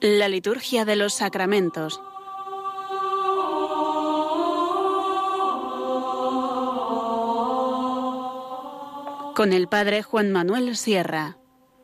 La liturgia de los sacramentos. Con el Padre Juan Manuel Sierra.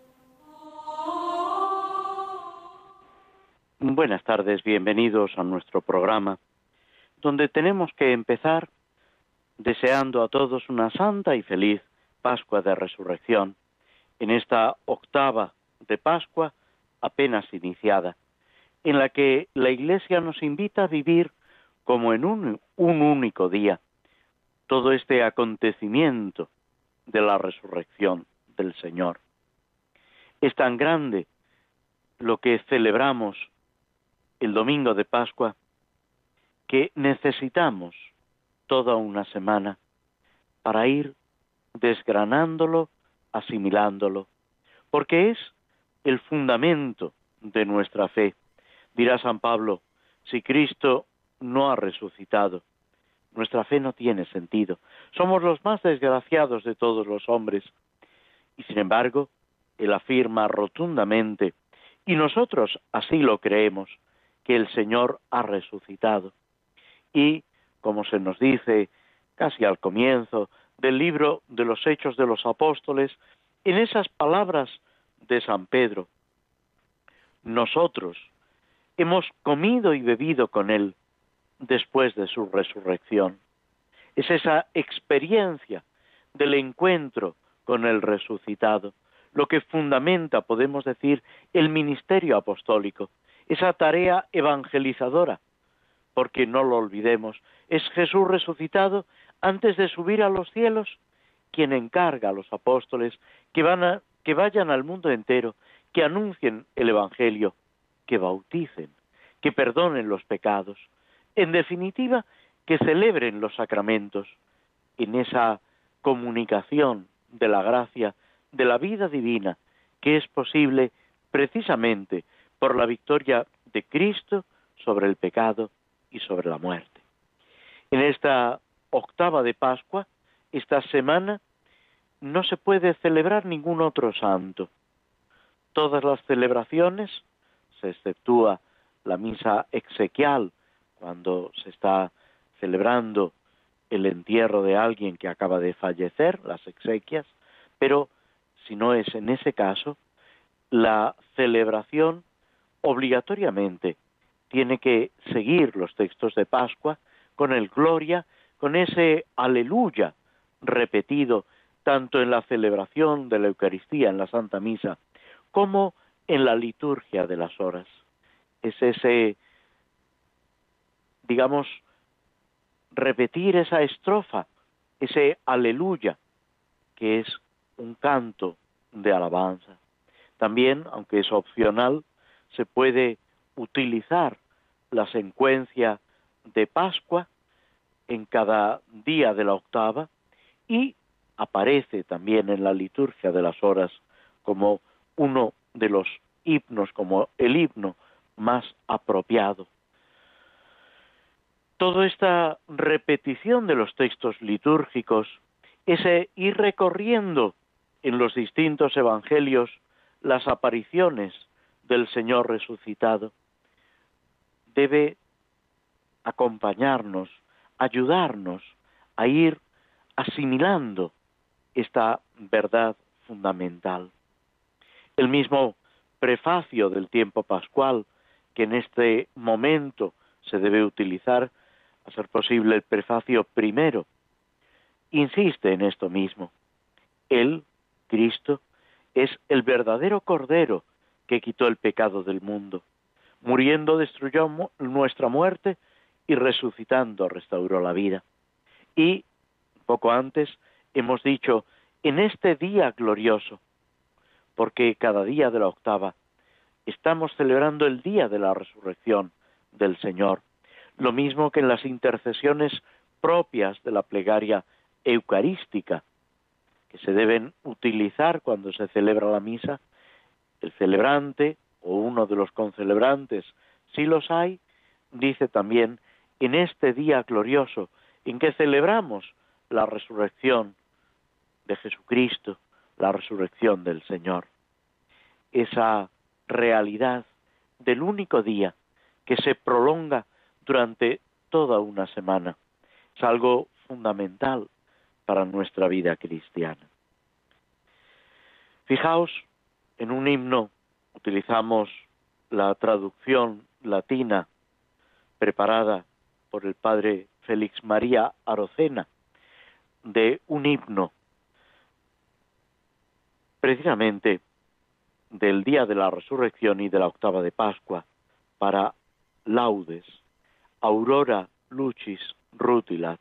Buenas tardes, bienvenidos a nuestro programa, donde tenemos que empezar deseando a todos una santa y feliz Pascua de Resurrección, en esta octava de Pascua apenas iniciada, en la que la Iglesia nos invita a vivir como en un único día todo este acontecimiento de la resurrección del Señor. Es tan grande lo que celebramos el domingo de Pascua que necesitamos toda una semana para ir desgranándolo, asimilándolo, porque es el fundamento de nuestra fe. Dirá San Pablo, si Cristo no ha resucitado, nuestra fe no tiene sentido. Somos los más desgraciados de todos los hombres. Y sin embargo, él afirma rotundamente, y nosotros así lo creemos, que el Señor ha resucitado. Y, como se nos dice casi al comienzo del libro de los Hechos de los Apóstoles, en esas palabras de San Pedro, nosotros hemos comido y bebido con Él después de su resurrección. Es esa experiencia del encuentro con el resucitado lo que fundamenta, podemos decir, el ministerio apostólico, esa tarea evangelizadora, porque no lo olvidemos, es Jesús resucitado antes de subir a los cielos quien encarga a los apóstoles que vayan al mundo entero, que anuncien el Evangelio, que bauticen, que perdonen los pecados, en definitiva, que celebren los sacramentos en esa comunicación de la gracia, de la vida divina, que es posible precisamente por la victoria de Cristo sobre el pecado y sobre la muerte. En esta octava de Pascua, esta semana, no se puede celebrar ningún otro santo. Todas las celebraciones, se exceptúa la misa exequial, cuando se está celebrando el entierro de alguien que acaba de fallecer, las exequias, pero si no es en ese caso, la celebración obligatoriamente tiene que seguir los textos de Pascua con el Gloria, con ese Aleluya repetido tanto en la celebración de la Eucaristía, en la Santa Misa, como en la liturgia de las horas. Es ese, digamos, repetir esa estrofa, ese Aleluya, que es un canto de alabanza. También, aunque es opcional, se puede utilizar la secuencia de Pascua en cada día de la octava y aparece también en la liturgia de las horas como uno de los himnos, como el himno más apropiado. Toda esta repetición de los textos litúrgicos, ese ir recorriendo en los distintos evangelios las apariciones del Señor resucitado, debe acompañarnos, ayudarnos a ir asimilando esta verdad fundamental. El mismo prefacio del tiempo pascual, que en este momento se debe utilizar, a ser posible el prefacio primero, insiste en esto mismo. Él, Cristo, es el verdadero Cordero que quitó el pecado del mundo. Muriendo destruyó nuestra muerte y resucitando restauró la vida. Y, poco antes, hemos dicho, en este día glorioso, porque cada día de la octava estamos celebrando el día de la resurrección del Señor, lo mismo que en las intercesiones propias de la plegaria eucarística, que se deben utilizar cuando se celebra la misa. El celebrante, o uno de los concelebrantes, si los hay, dice también, en este día glorioso, en que celebramos la resurrección de Jesucristo, la resurrección del Señor. Esa realidad del único día que se prolonga durante toda una semana. Es algo fundamental para nuestra vida cristiana. Fijaos, en un himno utilizamos la traducción latina preparada por el padre Félix María Arocena de un himno precisamente del día de la resurrección y de la octava de Pascua para laudes, aurora lucis rutilat.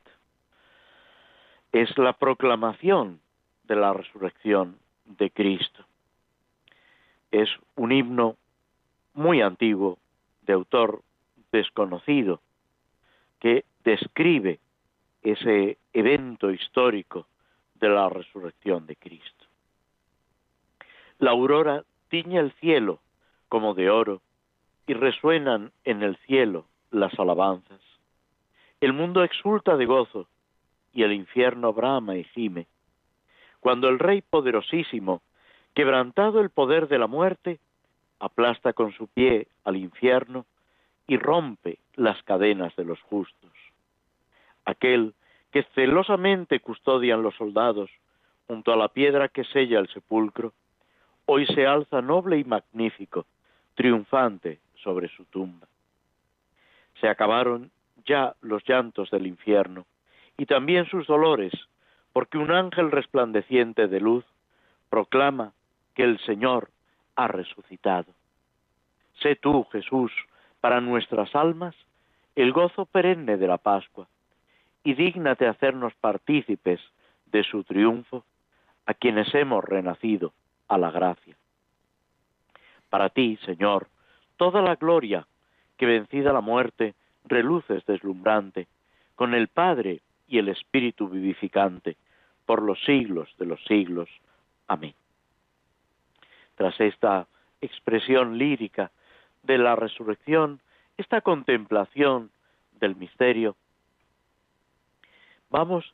Es la proclamación de la resurrección de Cristo. Es un himno muy antiguo, de autor desconocido, que describe ese evento histórico de la resurrección de Cristo. La aurora tiñe el cielo como de oro y resuenan en el cielo las alabanzas. El mundo exulta de gozo y el infierno brama y gime. Cuando el Rey poderosísimo, quebrantado el poder de la muerte, aplasta con su pie al infierno y rompe las cadenas de los justos. Aquel que celosamente custodian los soldados junto a la piedra que sella el sepulcro, hoy se alza noble y magnífico, triunfante sobre su tumba. Se acabaron ya los llantos del infierno y también sus dolores, porque un ángel resplandeciente de luz proclama que el Señor ha resucitado. Sé tú, Jesús, para nuestras almas el gozo perenne de la Pascua, y dígnate hacernos partícipes de su triunfo a quienes hemos renacido a la gracia. Para ti, Señor, toda la gloria, que vencida la muerte, reluces deslumbrante, con el Padre y el Espíritu vivificante, por los siglos de los siglos. Amén. Tras esta expresión lírica de la resurrección, esta contemplación del misterio, vamos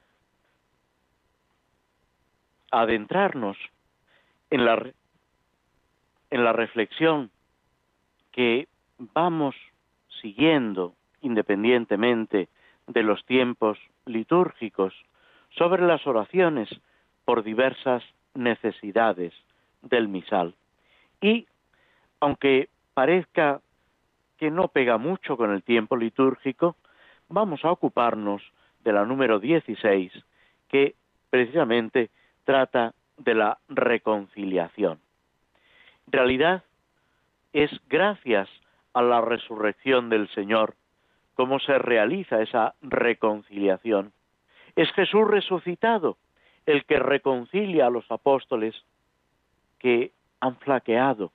a adentrarnos en la reflexión que vamos siguiendo independientemente de los tiempos litúrgicos sobre las oraciones por diversas necesidades del misal. Y aunque parezca que no pega mucho con el tiempo litúrgico, vamos a ocuparnos de la número 16, que precisamente trata de la reconciliación. En realidad, es gracias a la resurrección del Señor cómo se realiza esa reconciliación. Es Jesús resucitado el que reconcilia a los apóstoles que han flaqueado,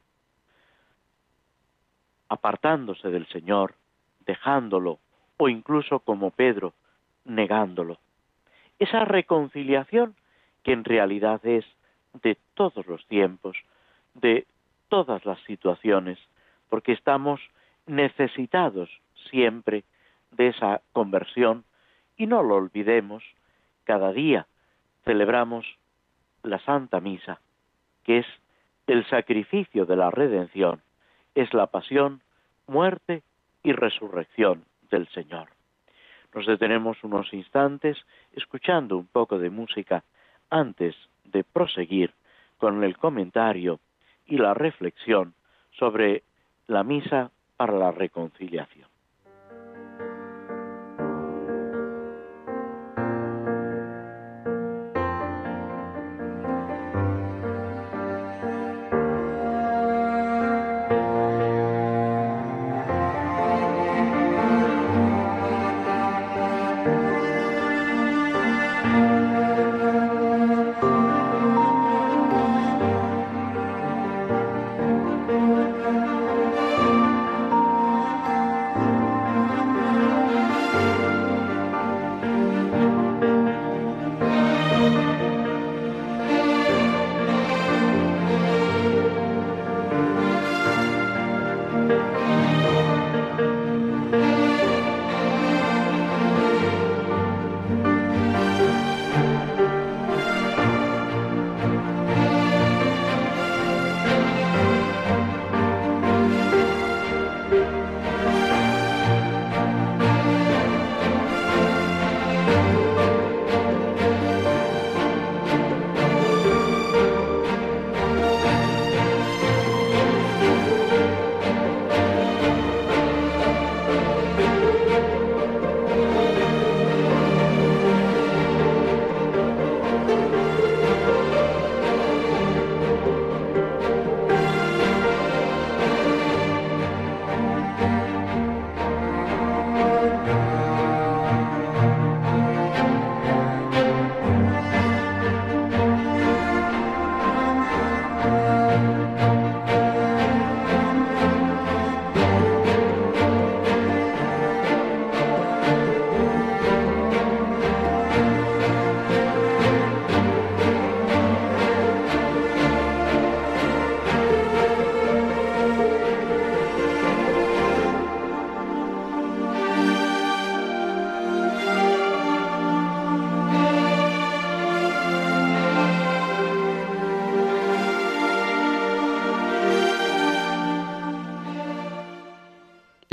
apartándose del Señor, dejándolo, o incluso como Pedro, negándolo. Esa reconciliación que en realidad es de todos los tiempos, de todas las situaciones, porque estamos necesitados siempre de esa conversión, y no lo olvidemos, cada día celebramos la Santa Misa, que es el sacrificio de la redención, es la pasión, muerte y resurrección del Señor. Nos detenemos unos instantes escuchando un poco de música antes de proseguir con el comentario y la reflexión sobre la misa para la reconciliación.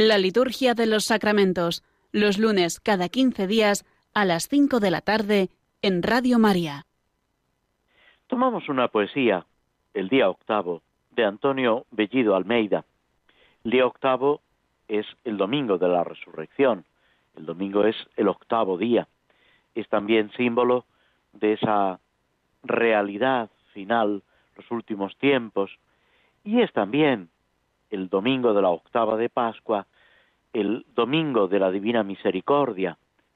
La liturgia de los sacramentos, los lunes cada 15 días a las 5 de la tarde en Radio María. Tomamos una poesía, el día octavo, de Antonio Bellido Almeida. El día octavo es el domingo de la resurrección. El domingo es el octavo día. Es también símbolo de esa realidad final, los últimos tiempos. Y es también el domingo de la octava de Pascua, el domingo de la Divina Misericordia,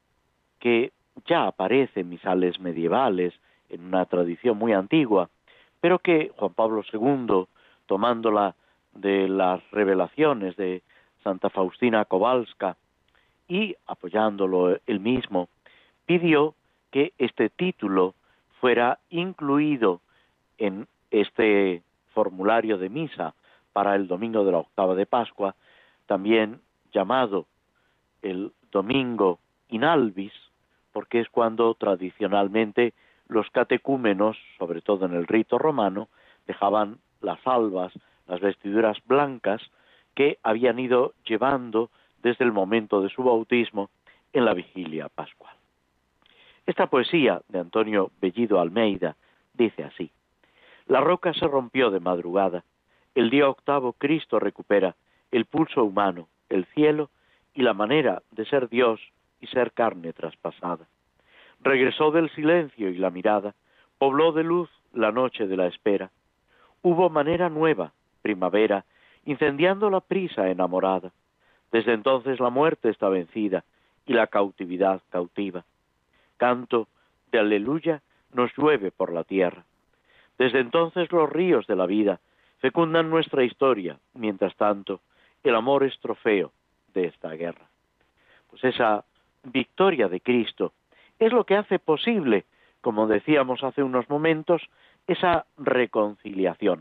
que ya aparece en misales medievales, en una tradición muy antigua, pero que Juan Pablo II, tomándola de las revelaciones de Santa Faustina Kowalska y apoyándolo él mismo, pidió que este título fuera incluido en este formulario de misa para el domingo de la octava de Pascua, también llamado el domingo in albis, porque es cuando tradicionalmente los catecúmenos, sobre todo en el rito romano, dejaban las albas, las vestiduras blancas que habían ido llevando desde el momento de su bautismo en la vigilia pascual. Esta poesía de Antonio Bellido Almeida dice así: la roca se rompió de madrugada, el día octavo Cristo recupera el pulso humano, el cielo y la manera de ser Dios y ser carne traspasada. Regresó del silencio y la mirada, pobló de luz la noche de la espera. Hubo manera nueva, primavera, incendiando la prisa enamorada. Desde entonces la muerte está vencida y la cautividad cautiva. Canto de aleluya nos llueve por la tierra. Desde entonces los ríos de la vida fecundan nuestra historia, mientras tanto el amor es trofeo de esta guerra. Pues esa victoria de Cristo es lo que hace posible, como decíamos hace unos momentos, esa reconciliación.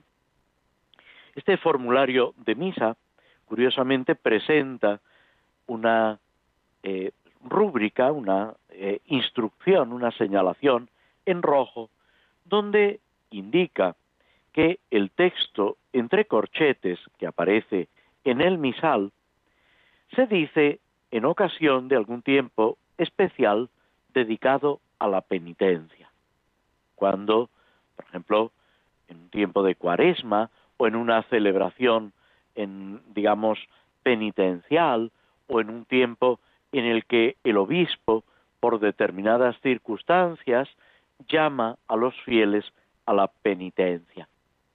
Este formulario de misa, curiosamente, presenta una rúbrica, una instrucción, una señalación en rojo, donde indica que el texto entre corchetes que aparece en el misal se dice en ocasión de algún tiempo especial dedicado a la penitencia. Cuando, por ejemplo, en un tiempo de Cuaresma o en una celebración, digamos, penitencial, o en un tiempo en el que el obispo, por determinadas circunstancias, llama a los fieles a la penitencia.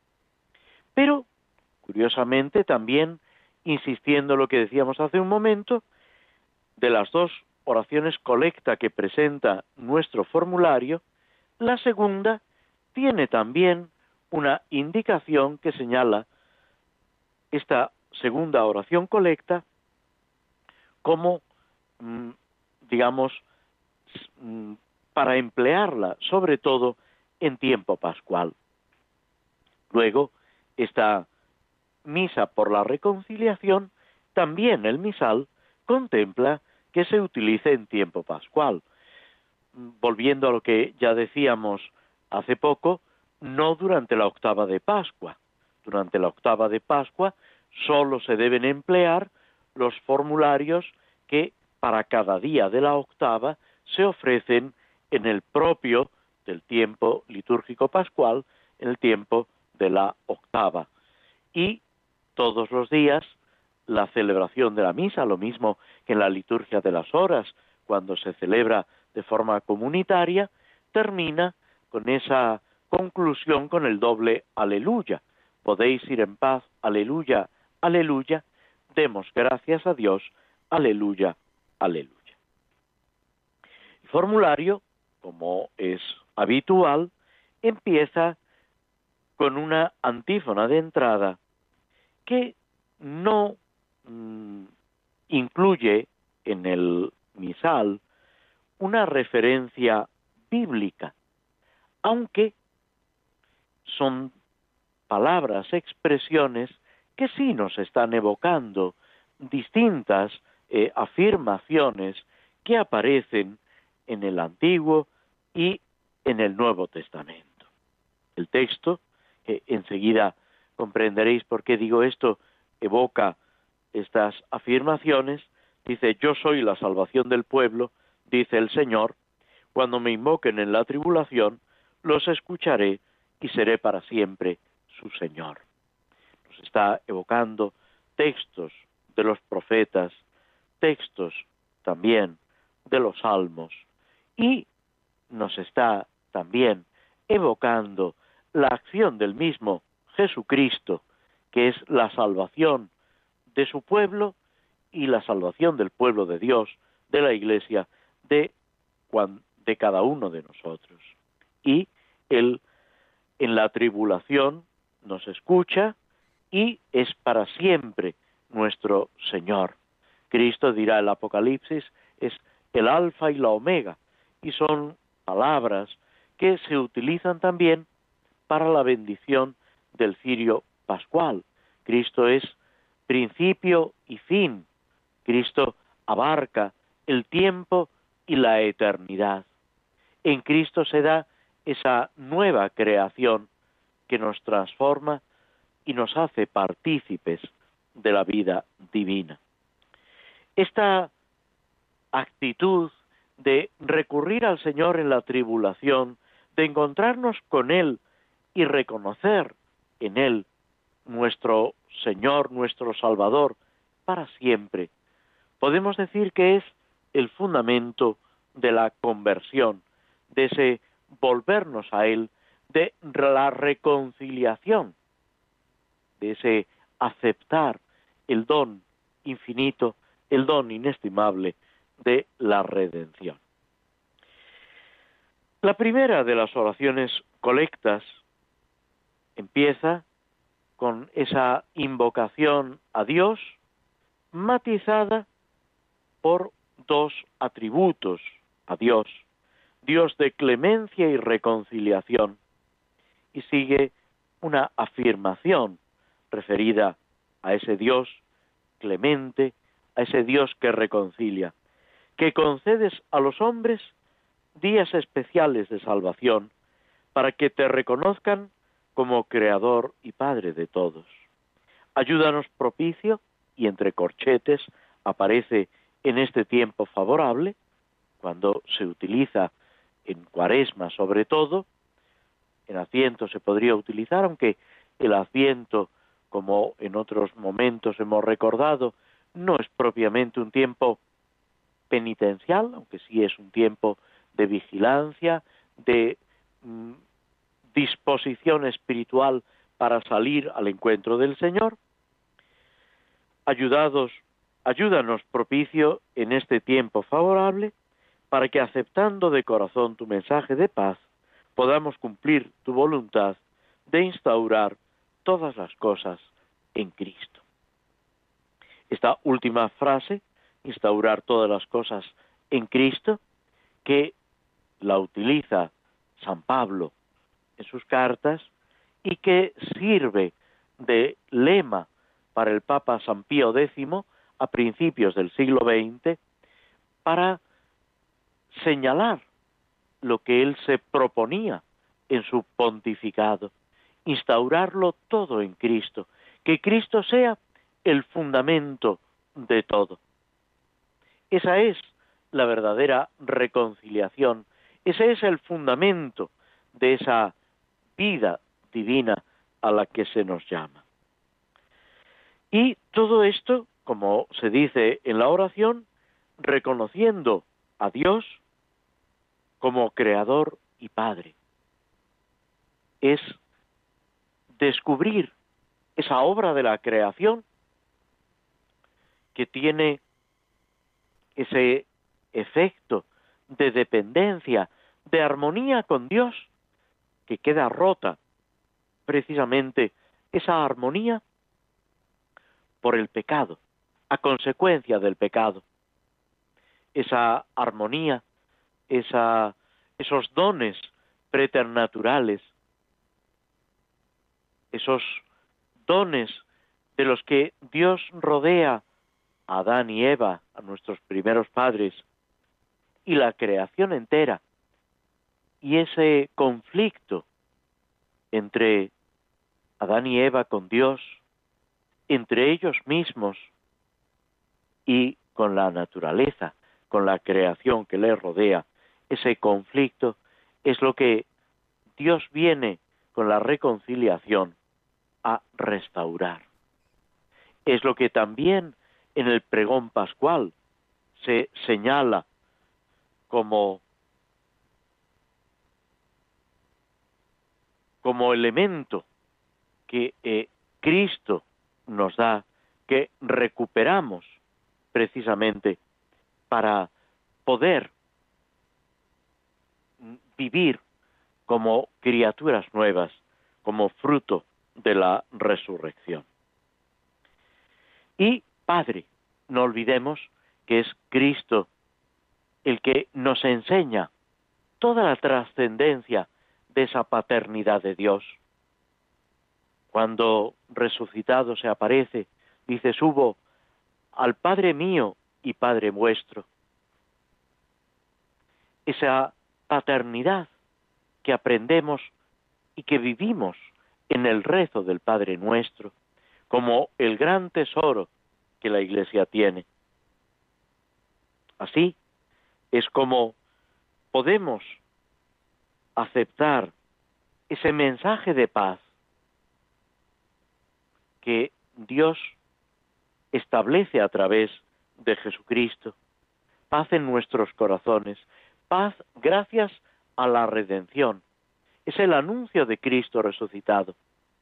Pero, curiosamente, también, insistiendo en lo que decíamos hace un momento, de las dos oraciones colecta que presenta nuestro formulario, la segunda tiene también una indicación que señala esta segunda oración colecta como, digamos, para emplearla sobre todo en tiempo pascual. Luego, esta misa por la reconciliación, también el misal contempla que se utilice en tiempo pascual. Volviendo a lo que ya decíamos hace poco, no durante la octava de Pascua. Durante la octava de Pascua solo se deben emplear los formularios que para cada día de la octava se ofrecen en el propio del tiempo litúrgico pascual, en el tiempo de la octava. Y todos los días la celebración de la misa, lo mismo que en la liturgia de las horas, cuando se celebra de forma comunitaria, termina con esa conclusión con el doble aleluya. Podéis ir en paz, aleluya, aleluya, demos gracias a Dios, aleluya, aleluya. El formulario, como es habitual, empieza con una antífona de entrada que no incluye en el misal una referencia bíblica, aunque son palabras, expresiones que sí nos están evocando distintas afirmaciones que aparecen en el Antiguo y en el Nuevo Testamento. El texto, que enseguida comprenderéis por qué digo esto, evoca estas afirmaciones, dice: yo soy la salvación del pueblo, dice el Señor, cuando me invoquen en la tribulación, los escucharé y seré para siempre su Señor. Nos está evocando textos de los profetas, textos también de los salmos, y nos está también evocando la acción del mismo Jesucristo, que es la salvación de su pueblo y la salvación del pueblo de Dios, de la Iglesia, de cada uno de nosotros. Y Él en la tribulación nos escucha y es para siempre nuestro Señor. Cristo, dirá el Apocalipsis, es el alfa y la omega, y son palabras que se utilizan también para la bendición del cirio pascual. Cristo es principio y fin. Cristo abarca el tiempo y la eternidad. En Cristo se da esa nueva creación que nos transforma y nos hace partícipes de la vida divina. Esta actitud de recurrir al Señor en la tribulación, de encontrarnos con Él y reconocer en Él nuestro Señor, nuestro Salvador, para siempre, podemos decir que es el fundamento de la conversión, de ese volvernos a Él, de la reconciliación, de ese aceptar el don infinito, el don inestimable de la redención. La primera de las oraciones colectas empieza con esa invocación a Dios matizada por dos atributos a Dios: Dios de clemencia y reconciliación, y sigue una afirmación referida a ese Dios clemente, a ese Dios que reconcilia, que concedes a los hombres días especiales de salvación para que te reconozcan como Creador y Padre de todos. Ayúdanos propicio, y entre corchetes aparece en este tiempo favorable, cuando se utiliza en Cuaresma sobre todo. En Adviento se podría utilizar, aunque el Adviento, como en otros momentos hemos recordado, no es propiamente un tiempo penitencial, aunque sí es un tiempo de vigilancia, de disposición espiritual para salir al encuentro del Señor. Ayúdanos propicio en este tiempo favorable, para que, aceptando de corazón tu mensaje de paz, podamos cumplir tu voluntad de instaurar todas las cosas en Cristo. Esta última frase, instaurar todas las cosas en Cristo, que la utiliza San Pablo en sus cartas y que sirve de lema para el Papa San Pío X a principios del siglo XX, para señalar lo que él se proponía en su pontificado: instaurarlo todo en Cristo, que Cristo sea el fundamento de todo. Esa es la verdadera reconciliación, ese es el fundamento de esa vida divina a la que se nos llama. Y todo esto, como se dice en la oración, reconociendo a Dios como Creador y Padre. Es descubrir esa obra de la creación que tiene ese efecto de dependencia, de armonía con Dios, que queda rota precisamente esa armonía por el pecado, a consecuencia del pecado. Esa armonía, esos dones preternaturales, esos dones de los que Dios rodea a Adán y Eva, a nuestros primeros padres, y la creación entera, y ese conflicto entre Adán y Eva con Dios, entre ellos mismos, y con la naturaleza, con la creación que le rodea, ese conflicto es lo que Dios viene con la reconciliación a restaurar. Es lo que también en el pregón pascual se señala como elemento que Cristo nos da, que recuperamos precisamente para poder vivir como criaturas nuevas, como fruto de la resurrección. Y Padre, no olvidemos que es Cristo el que nos enseña toda la trascendencia de esa paternidad de Dios. Cuando resucitado se aparece, dice, subo al Padre mío y Padre vuestro. Esa paternidad que aprendemos y que vivimos en el rezo del Padre nuestro, como el gran tesoro que la Iglesia tiene. Así es como podemos aceptar ese mensaje de paz que Dios establece a través de Jesucristo. Paz en nuestros corazones, paz gracias a la redención. Es el anuncio de Cristo resucitado.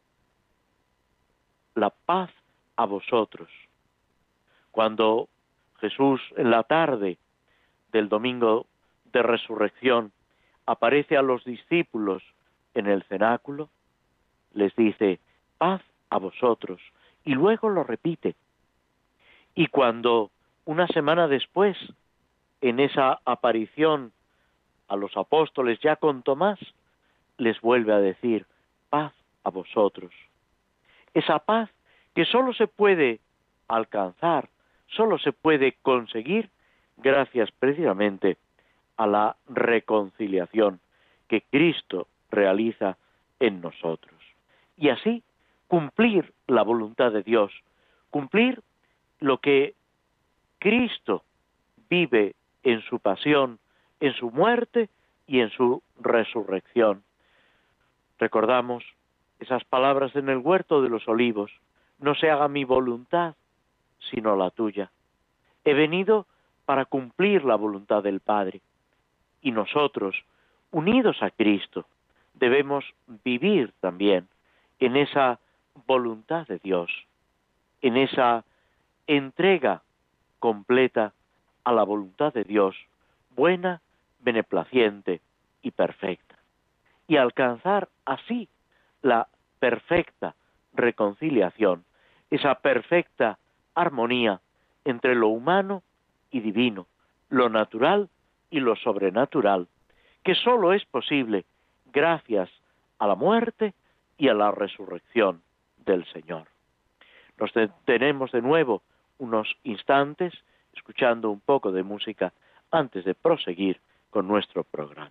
La paz a vosotros. Cuando Jesús en la tarde del domingo de resurrección aparece a los discípulos en el cenáculo, les dice, paz a vosotros, y luego lo repite. Y cuando una semana después, en esa aparición a los apóstoles ya con Tomás, les vuelve a decir, paz a vosotros. Esa paz que solo se puede alcanzar, solo se puede conseguir gracias precisamente a la reconciliación que Cristo realiza en nosotros. Y así cumplir la voluntad de Dios, cumplir lo que Cristo vive en su pasión, en su muerte y en su resurrección. Recordamos esas palabras en el huerto de los olivos, no se haga mi voluntad, sino la tuya. He venido para cumplir la voluntad del Padre. Y nosotros, unidos a Cristo, debemos vivir también en esa voluntad de Dios, en esa entrega completa a la voluntad de Dios, buena, beneplaciente y perfecta. Y alcanzar así la perfecta reconciliación, esa perfecta armonía entre lo humano y divino, lo natural y lo sobrenatural, que sólo es posible gracias a la muerte y a la resurrección del Señor. Nos detenemos de nuevo unos instantes escuchando un poco de música antes de proseguir con nuestro programa.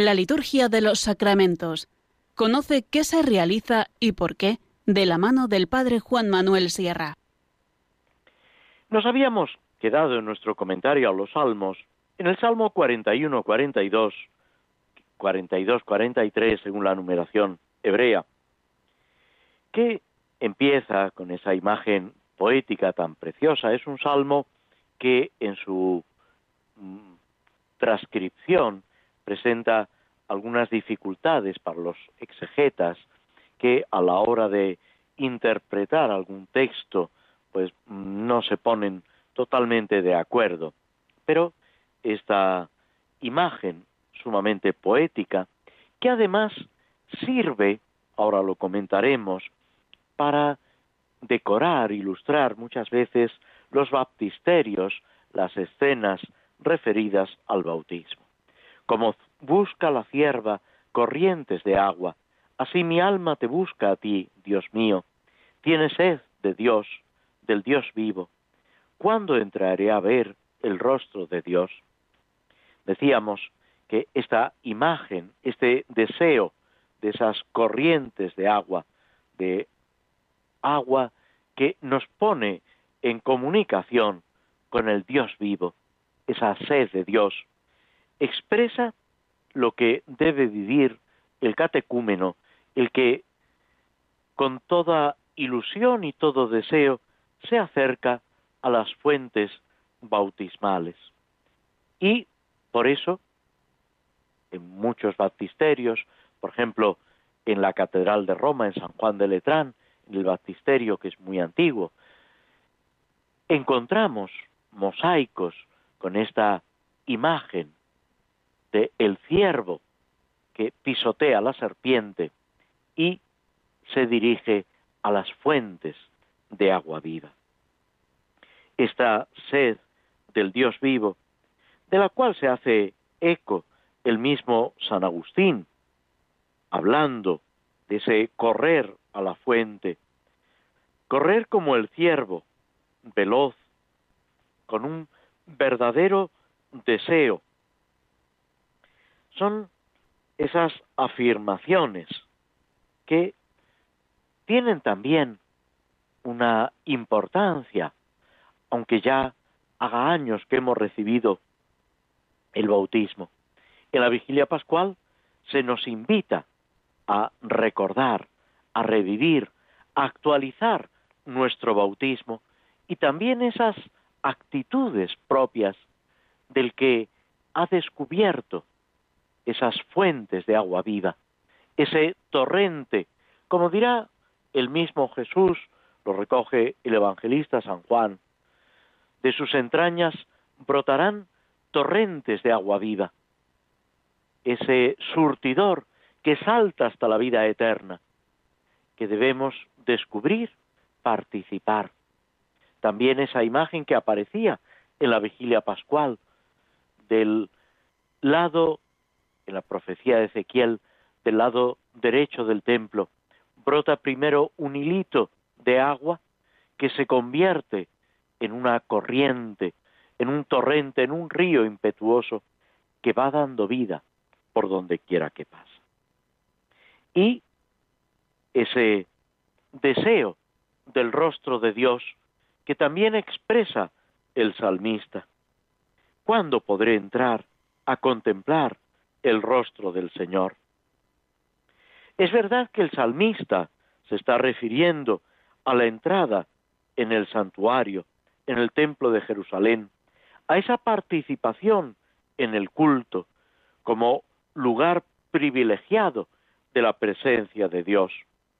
La liturgia de los sacramentos. Conoce qué se realiza y por qué, de la mano del Padre Juan Manuel Sierra. Nos habíamos quedado en nuestro comentario a los Salmos, en el Salmo 41, 42, 42, 43, según la numeración hebrea, que empieza con esa imagen poética tan preciosa. Es un salmo que en su transcripción presenta algunas dificultades para los exegetas que a la hora de interpretar algún texto pues no se ponen totalmente de acuerdo. Pero esta imagen sumamente poética, que además sirve, ahora lo comentaremos, para decorar, ilustrar muchas veces los baptisterios, las escenas referidas al bautismo. Como busca la cierva corrientes de agua, así mi alma te busca a ti, Dios mío. Tiene sed de Dios, del Dios vivo. ¿Cuándo entraré a ver el rostro de Dios? Decíamos que esta imagen, este deseo de esas corrientes de agua que nos pone en comunicación con el Dios vivo, esa sed de Dios, expresa lo que debe vivir el catecúmeno, el que con toda ilusión y todo deseo se acerca a las fuentes bautismales. Y por eso, en muchos baptisterios, por ejemplo, en la Catedral de Roma, en San Juan de Letrán, en el baptisterio que es muy antiguo, encontramos mosaicos con esta imagen de el ciervo que pisotea la serpiente y se dirige a las fuentes de agua viva. Esta sed del Dios vivo, de la cual se hace eco el mismo San Agustín, hablando de ese correr a la fuente, correr como el ciervo, veloz, con un verdadero deseo. Son esas afirmaciones que tienen también una importancia, aunque ya haga años que hemos recibido el bautismo. En la vigilia pascual se nos invita a recordar, a revivir, a actualizar nuestro bautismo y también esas actitudes propias del que ha descubierto esas fuentes de agua viva, ese torrente, como dirá el mismo Jesús, lo recoge el evangelista San Juan, de sus entrañas brotarán torrentes de agua viva, ese surtidor que salta hasta la vida eterna, que debemos descubrir, participar. También esa imagen que aparecía en la vigilia pascual, del lado, en la profecía de Ezequiel, del lado derecho del templo, brota primero un hilito de agua que se convierte en una corriente, en un torrente, en un río impetuoso que va dando vida por donde quiera que pasa. Y ese deseo del rostro de Dios que también expresa el salmista. ¿Cuándo podré entrar a contemplar el rostro del Señor? Es verdad que el salmista se está refiriendo a la entrada en el santuario, en el templo de Jerusalén, a esa participación en el culto como lugar privilegiado de la presencia de Dios.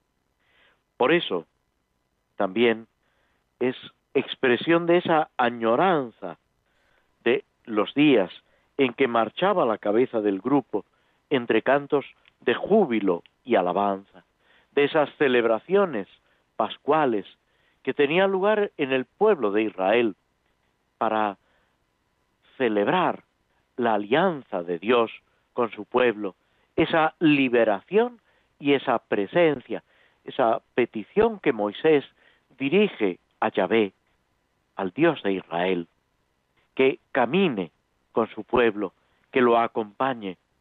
Por eso, también es expresión de esa añoranza de los días en que marchaba la cabeza del grupo entre cantos de júbilo y alabanza, de esas celebraciones pascuales que tenían lugar en el pueblo de Israel para celebrar la alianza de Dios con su pueblo, esa liberación y esa presencia, esa petición que Moisés dirige a Yahvé, al Dios de Israel, que camine con su pueblo, que lo acompañe.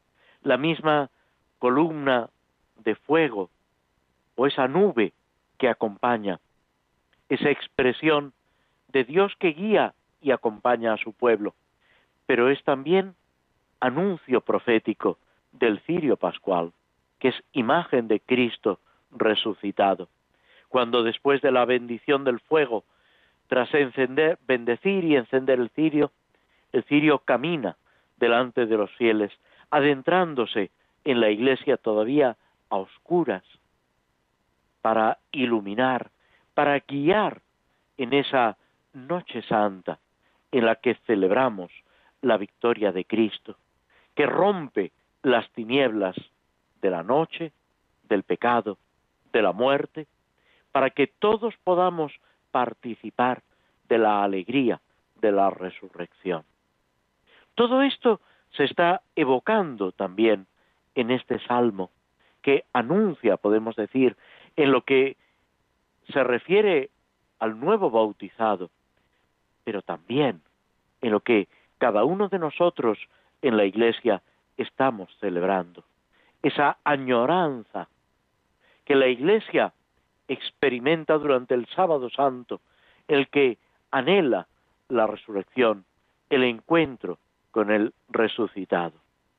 la misma columna de fuego o esa nube que acompaña, esa expresión de Dios que guía y acompaña a su pueblo, pero es también anuncio profético del cirio pascual, que es imagen de Cristo resucitado. Cuando después de la bendición del fuego, tras bendecir y encender el cirio camina delante de los fieles, adentrándose en la iglesia todavía a oscuras, para iluminar, para guiar en esa noche santa en la que celebramos la victoria de Cristo, que rompe las tinieblas de la noche, del pecado, de la muerte, para que todos podamos participar de la alegría de la resurrección. Todo esto se está evocando también en este salmo, que anuncia, podemos decir, en lo que se refiere al nuevo bautizado, pero también en lo que cada uno de nosotros en la Iglesia estamos celebrando. Esa añoranza que la Iglesia experimenta durante el Sábado Santo, el que anhela la resurrección, el encuentro con el resucitado.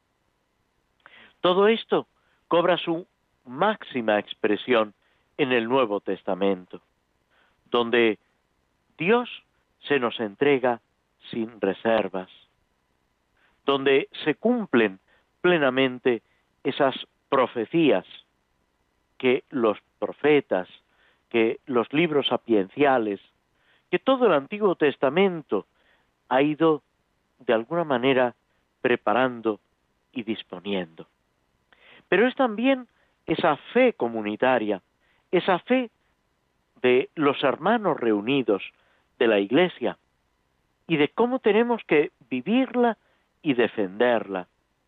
Todo esto cobra su máxima expresión en el Nuevo Testamento, donde Dios se nos entrega sin reservas, donde se cumplen plenamente esas profecías que los profetas, que los libros sapienciales, que todo el Antiguo Testamento ha ido de alguna manera preparando y disponiendo. Pero es también esa fe comunitaria, esa fe de los hermanos reunidos de la Iglesia y de cómo tenemos que vivirla y defenderla.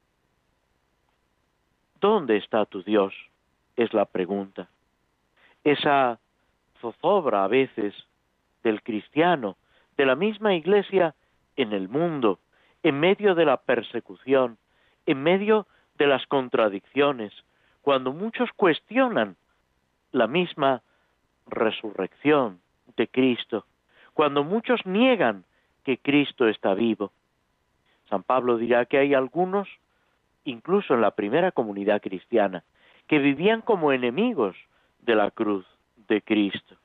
¿Dónde está tu Dios? Es la pregunta. Esa zozobra a veces del cristiano, de la misma Iglesia en el mundo, en medio de la persecución, en medio de las contradicciones, cuando muchos cuestionan la misma resurrección de Cristo, cuando muchos niegan que Cristo está vivo. San Pablo dirá que hay algunos, incluso en la primera comunidad cristiana, que vivían como enemigos de la cruz de Cristo.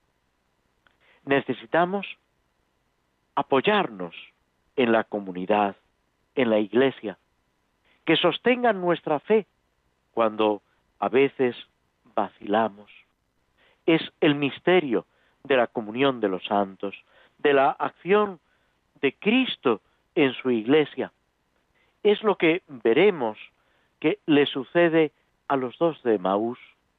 Necesitamos apoyarnos en la comunidad, en la Iglesia, que sostengan nuestra fe cuando a veces vacilamos. Es el misterio de la comunión de los santos, de la acción de Cristo en su Iglesia. Es lo que veremos que le sucede a los dos de Emaús,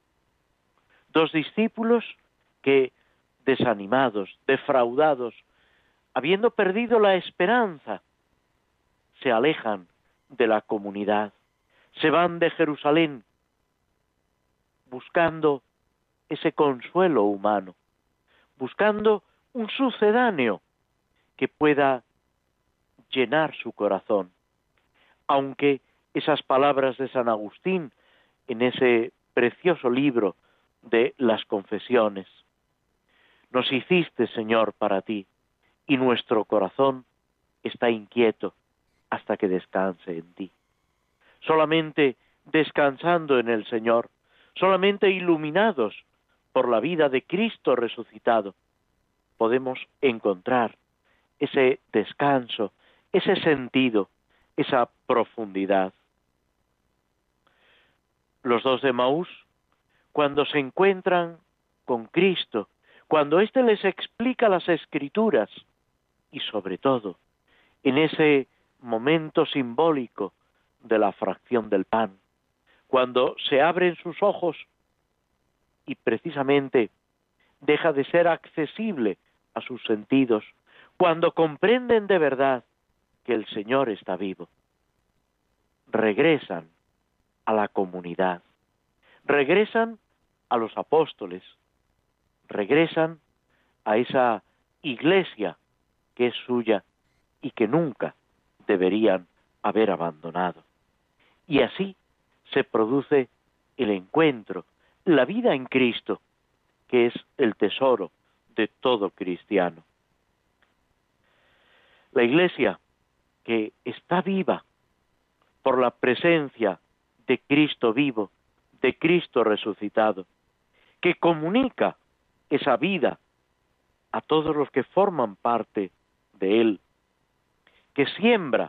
dos discípulos que, desanimados, defraudados, habiendo perdido la esperanza, se alejan de la comunidad, se van de Jerusalén buscando ese consuelo humano, buscando un sucedáneo que pueda llenar su corazón, aunque esas palabras de San Agustín en ese precioso libro de las confesiones: nos hiciste, Señor, para ti, y nuestro corazón está inquieto hasta que descanse en ti. Solamente descansando en el Señor, solamente iluminados por la vida de Cristo resucitado, podemos encontrar ese descanso, ese sentido, esa profundidad. Los dos de Emaús, cuando se encuentran con Cristo, cuando éste les explica las Escrituras, y sobre todo en ese momento simbólico de la fracción del pan, cuando se abren sus ojos y precisamente deja de ser accesible a sus sentidos, cuando comprenden de verdad que el Señor está vivo, regresan a la comunidad, regresan a los apóstoles, regresan a esa iglesia que es suya y que nunca deberían haber abandonado. Y así se produce el encuentro, la vida en Cristo, que es el tesoro de todo cristiano. La Iglesia, que está viva por la presencia de Cristo vivo, de Cristo resucitado, que comunica esa vida a todos los que forman parte de Él, que siembra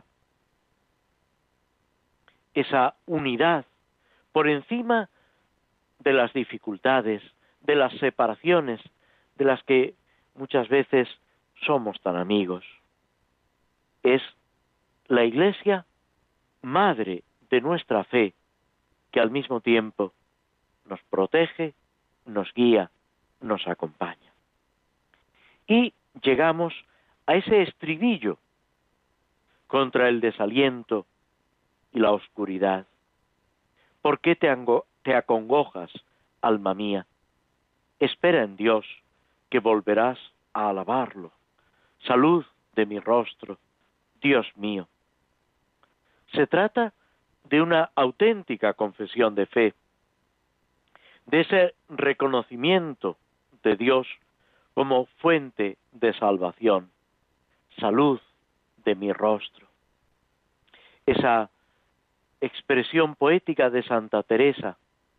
esa unidad por encima de las dificultades, de las separaciones, de las que muchas veces somos tan amigos. Es la Iglesia madre de nuestra fe, que al mismo tiempo nos protege, nos guía, nos acompaña. Y llegamos a ese estribillo contra el desaliento y la oscuridad. ¿Por qué te acongojas, alma mía? Espera en Dios, que volverás a alabarlo. Salud de mi rostro, Dios mío. Se trata de una auténtica confesión de fe, de ese reconocimiento de Dios como fuente de salvación. Salud de mi rostro. Esa expresión poética de Santa Teresa,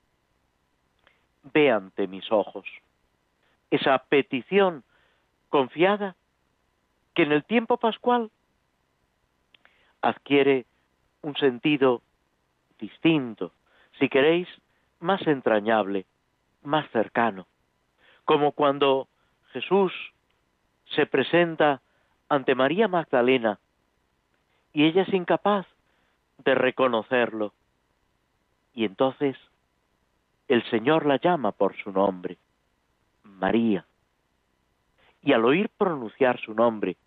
ve ante mis ojos. Esa petición confiada que en el tiempo pascual adquiere un sentido distinto, si queréis, más entrañable, más cercano, como cuando Jesús se presenta ante María Magdalena y ella es incapaz de reconocerlo. Y entonces el Señor la llama por su nombre, María. Y al oír pronunciar su nombre,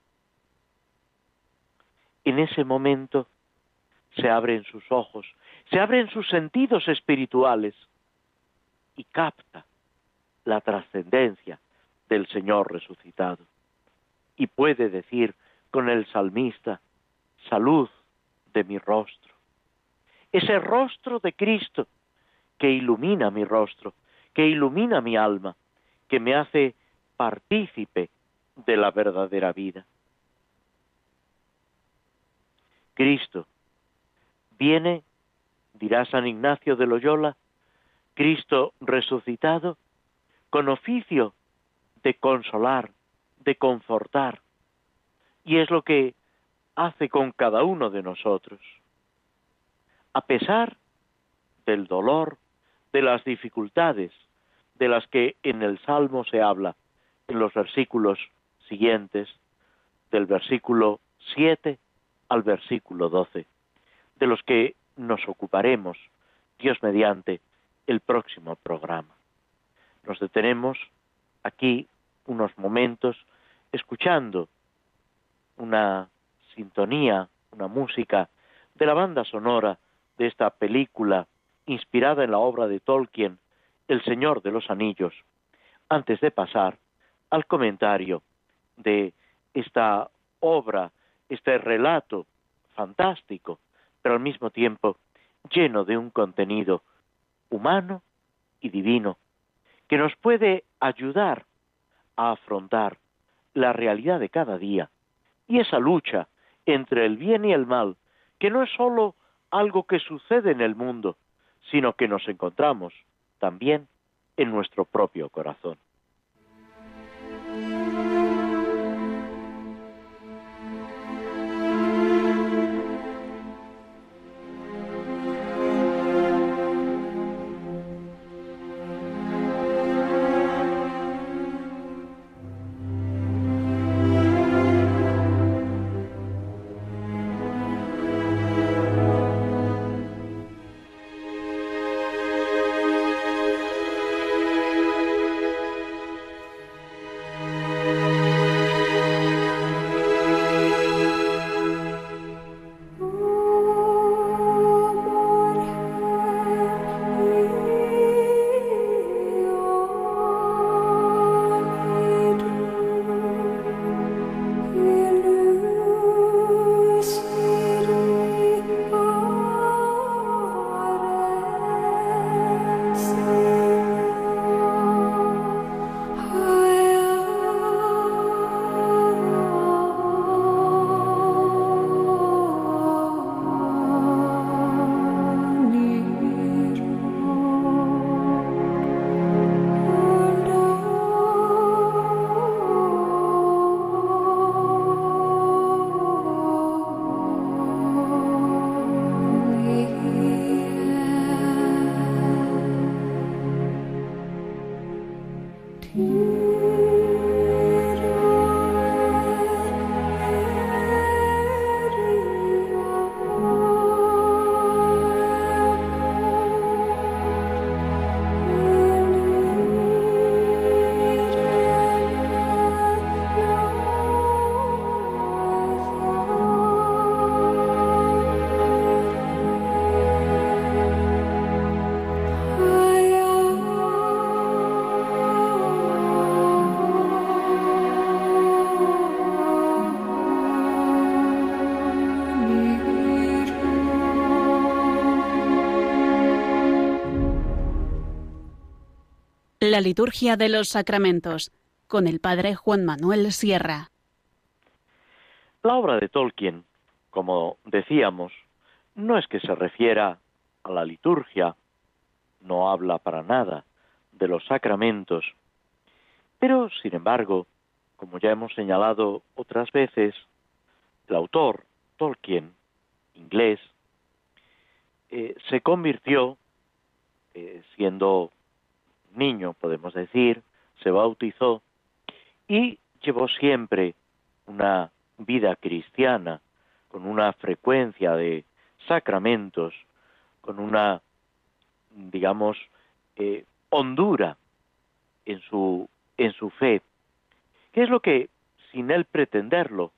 en ese momento se abren sus ojos, se abren sus sentidos espirituales y capta la trascendencia del Señor resucitado. Y puede decir con el salmista, salud de mi rostro. Ese rostro de Cristo que ilumina mi rostro, que ilumina mi alma, que me hace partícipe de la verdadera vida. Cristo viene, dirá San Ignacio de Loyola, Cristo resucitado, con oficio de consolar, de confortar, y es lo que hace con cada uno de nosotros. A pesar del dolor, de las dificultades, de las que en el Salmo se habla, en los versículos siguientes, del versículo 7 al versículo 12, de los que nos ocuparemos, Dios mediante, el próximo programa. Nos detenemos aquí unos momentos escuchando una sintonía, una música de la banda sonora de esta película inspirada en la obra de Tolkien, El Señor de los Anillos, antes de pasar al comentario de esta obra, este relato fantástico, pero al mismo tiempo lleno de un contenido humano y divino, que nos puede ayudar a afrontar la realidad de cada día y esa lucha entre el bien y el mal, que no es sólo algo que sucede en el mundo, sino que nos encontramos también en nuestro propio corazón. La liturgia de los sacramentos, con el padre Juan Manuel Sierra. La obra de Tolkien, como decíamos, no es que se refiera a la liturgia, no habla para nada de los sacramentos, pero, sin embargo, como ya hemos señalado otras veces, el autor, Tolkien, inglés, se convirtió, siendo niño, podemos decir, se bautizó y llevó siempre una vida cristiana, con una frecuencia de sacramentos, con una, digamos, hondura en su fe, que es lo que, sin él pretenderlo,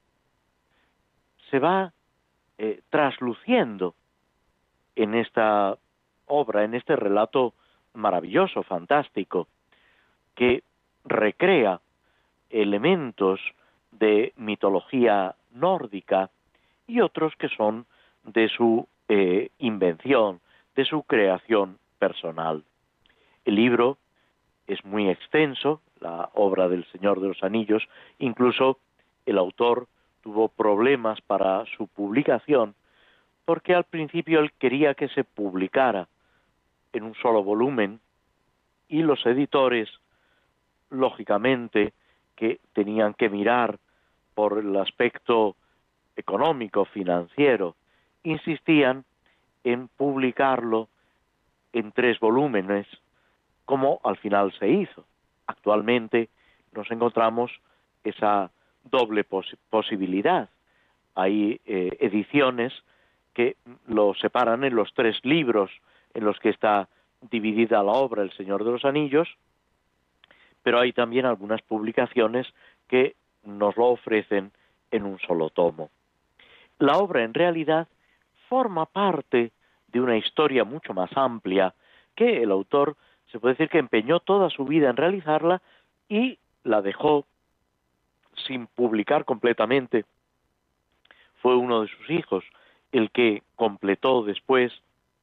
se va trasluciendo en esta obra, en este relato maravilloso, fantástico, que recrea elementos de mitología nórdica y otros que son de su invención, de su creación personal. El libro es muy extenso, la obra del Señor de los Anillos, incluso el autor tuvo problemas para su publicación, porque al principio él quería que se publicara en un solo volumen, y los editores, lógicamente, que tenían que mirar por el aspecto económico, financiero, insistían en publicarlo en 3 volúmenes, como al final se hizo. Actualmente nos encontramos esa doble posibilidad. Hay ediciones que lo separan en los 3 libros en los que está dividida la obra El Señor de los Anillos, pero hay también algunas publicaciones que nos lo ofrecen en un solo tomo. La obra en realidad forma parte de una historia mucho más amplia que el autor, se puede decir que empeñó toda su vida en realizarla y la dejó sin publicar completamente. Fue uno de sus hijos el que completó después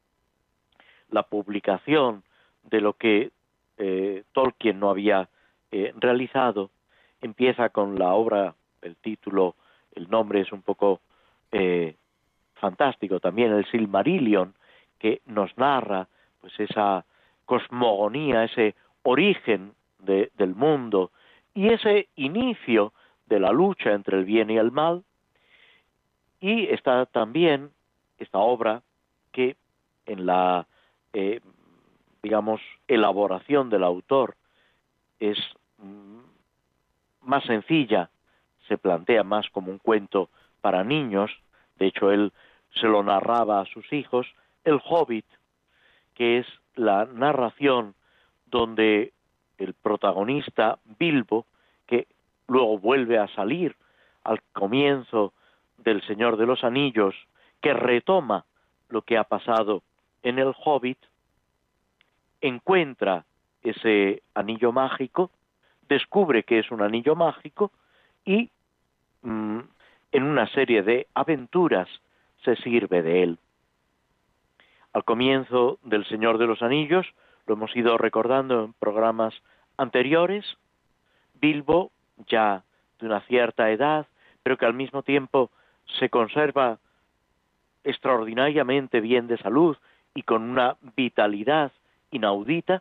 la publicación de lo que Tolkien no había realizado. Empieza con la obra, el título, el nombre es un poco fantástico también, el Silmarillion, que nos narra pues esa cosmogonía, ese origen del mundo y ese inicio de la lucha entre el bien y el mal. Y está también esta obra que en la digamos, elaboración del autor es más sencilla, se plantea más como un cuento para niños. De hecho, él se lo narraba a sus hijos, El Hobbit, que es la narración donde el protagonista, Bilbo, que luego vuelve a salir al comienzo del Señor de los Anillos, que retoma lo que ha pasado en el Hobbit, encuentra ese anillo mágico, descubre que es un anillo mágico y en una serie de aventuras se sirve de él. Al comienzo del Señor de los Anillos, lo hemos ido recordando en programas anteriores, Bilbo, ya de una cierta edad, pero que al mismo tiempo se conserva extraordinariamente bien de salud y con una vitalidad inaudita,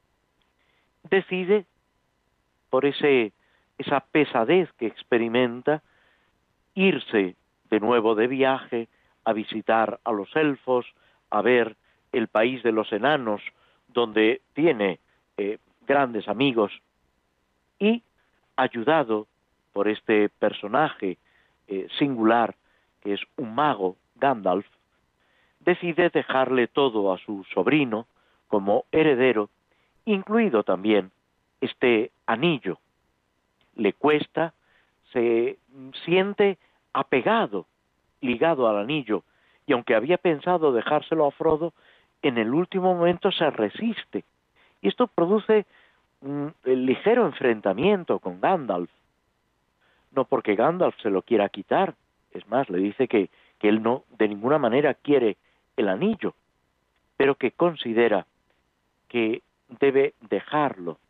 decide, por esa pesadez que experimenta, irse de nuevo de viaje a visitar a los elfos, a ver el país de los enanos, donde tiene grandes amigos, y ayudado por este personaje singular, que es un mago, Gandalf, decide dejarle todo a su sobrino como heredero, incluido también este anillo. Le cuesta, se siente apegado, ligado al anillo, y aunque había pensado dejárselo a Frodo, en el último momento se resiste. Y esto produce un ligero enfrentamiento con Gandalf. No porque Gandalf se lo quiera quitar, es más, le dice que él no de ninguna manera quiere el anillo, pero que considera que debe dejarlo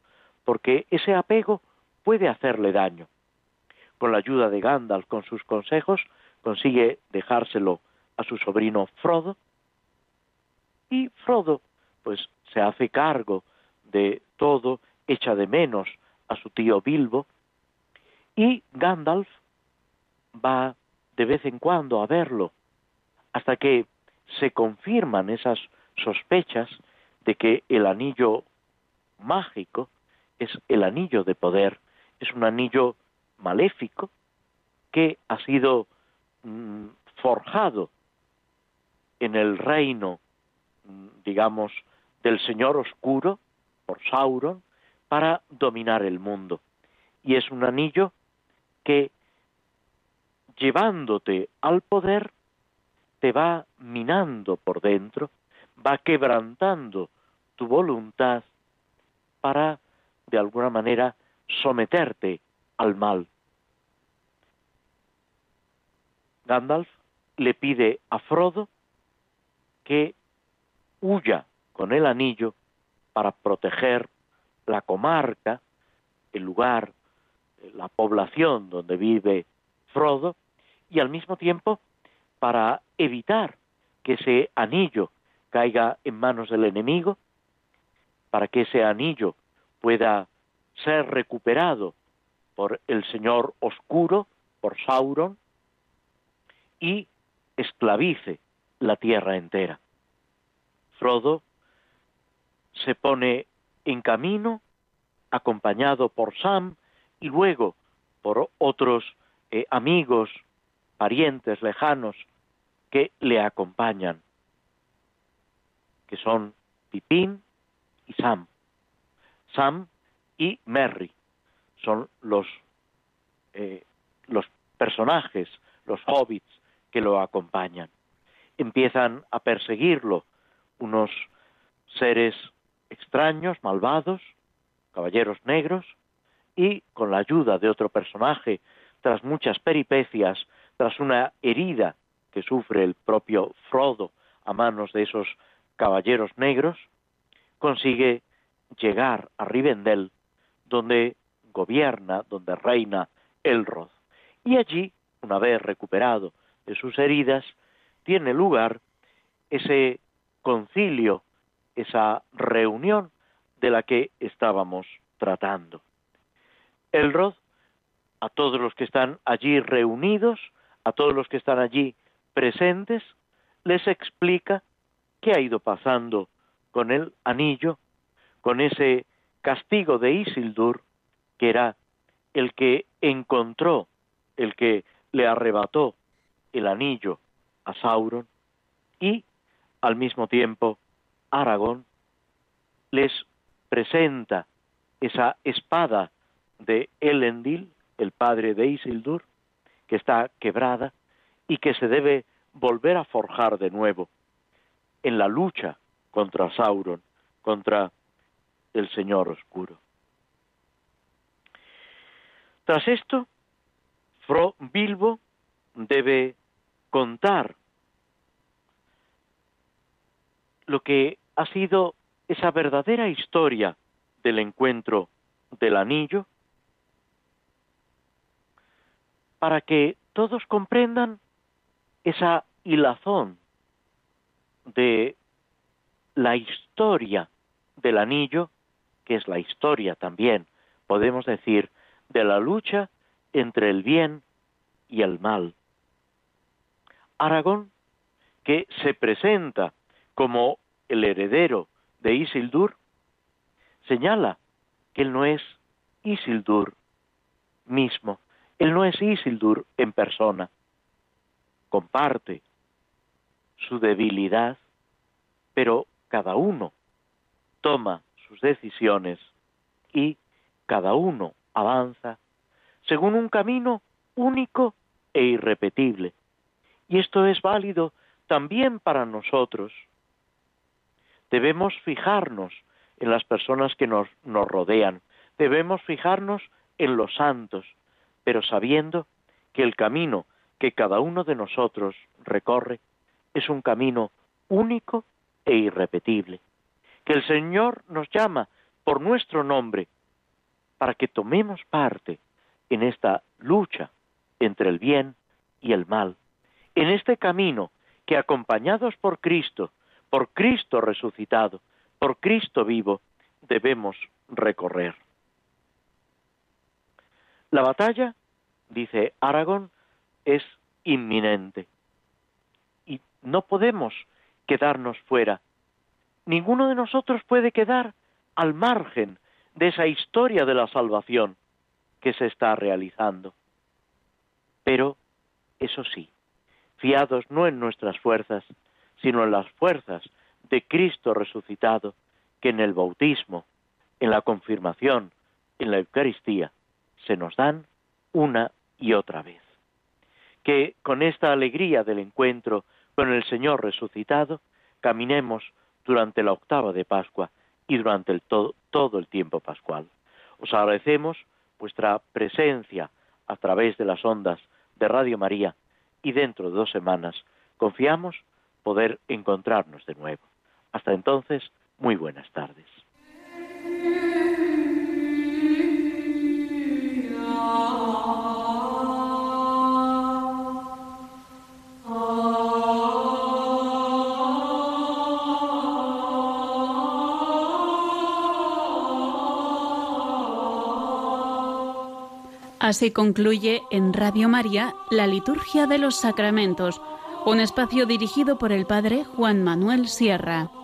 porque ese apego puede hacerle daño. Con la ayuda de Gandalf, con sus consejos, consigue dejárselo a su sobrino Frodo, y Frodo pues se hace cargo de todo, echa de menos a su tío Bilbo, y Gandalf va de vez en cuando a verlo, hasta que se confirman esas sospechas de que el anillo mágico es el anillo de poder, es un anillo maléfico que ha sido forjado en el reino, digamos, del Señor Oscuro, por Sauron, para dominar el mundo. Y es un anillo que, llevándote al poder, te va minando por dentro, va quebrantando tu voluntad para, de alguna manera, someterte al mal. Gandalf le pide a Frodo que huya con el anillo para proteger la comarca, el lugar, la población donde vive Frodo, y al mismo tiempo para evitar que ese anillo caiga en manos del enemigo, para que ese anillo pueda ser recuperado por el Señor Oscuro, por Sauron, y esclavice la tierra entera. Frodo se pone en camino, acompañado por Sam y luego por otros amigos, parientes lejanos que le acompañan, que son Pippin y Sam. Sam y Merry son los personajes, los hobbits que lo acompañan. Empiezan a perseguirlo unos seres extraños, malvados, caballeros negros, y con la ayuda de otro personaje, tras muchas peripecias, tras una herida que sufre el propio Frodo a manos de esos caballeros negros, consigue llegar a Rivendell, donde gobierna, donde reina Elrond. Y allí, una vez recuperado de sus heridas, tiene lugar ese concilio, esa reunión de la que estábamos tratando. Elrond, a todos los que están allí reunidos, a todos los que están allí presentes, les explica qué ha ido pasando con el anillo, con ese castigo de Isildur, que era el que encontró, el que le arrebató el anillo a Sauron, y al mismo tiempo Aragorn les presenta esa espada de Elendil, el padre de Isildur, que está quebrada y que se debe volver a forjar de nuevo en la lucha contra Sauron, contra el Señor Oscuro. Tras esto, Bilbo debe contar lo que ha sido esa verdadera historia del encuentro del anillo, para que todos comprendan esa hilazón de la historia del anillo, que es la historia también, podemos decir, de la lucha entre el bien y el mal. Aragorn, que se presenta como el heredero de Isildur, señala que él no es Isildur mismo, él no es Isildur en persona. Comparte su debilidad, pero cada uno toma sus decisiones y cada uno avanza según un camino único e irrepetible. Y esto es válido también para nosotros. Debemos fijarnos en las personas que nos rodean, debemos fijarnos en los santos, pero sabiendo que el camino que cada uno de nosotros recorre es un camino único e irrepetible, que el Señor nos llama por nuestro nombre para que tomemos parte en esta lucha entre el bien y el mal, en este camino que, acompañados por Cristo resucitado, por Cristo vivo, debemos recorrer. La batalla, dice Aragón, es inminente y no podemos quedarnos fuera. Ninguno de nosotros puede quedar al margen de esa historia de la salvación que se está realizando. Pero, eso sí, fiados no en nuestras fuerzas, sino en las fuerzas de Cristo resucitado, que en el bautismo, en la confirmación, en la Eucaristía, se nos dan una y otra vez. Que con esta alegría del encuentro con el Señor resucitado, caminemos durante la octava de Pascua y durante todo el tiempo pascual. Os agradecemos vuestra presencia a través de las ondas de Radio María y dentro de 2 semanas confiamos poder encontrarnos de nuevo. Hasta entonces, muy buenas tardes. Así concluye en Radio María la Liturgia de los Sacramentos, un espacio dirigido por el Padre Juan Manuel Sierra.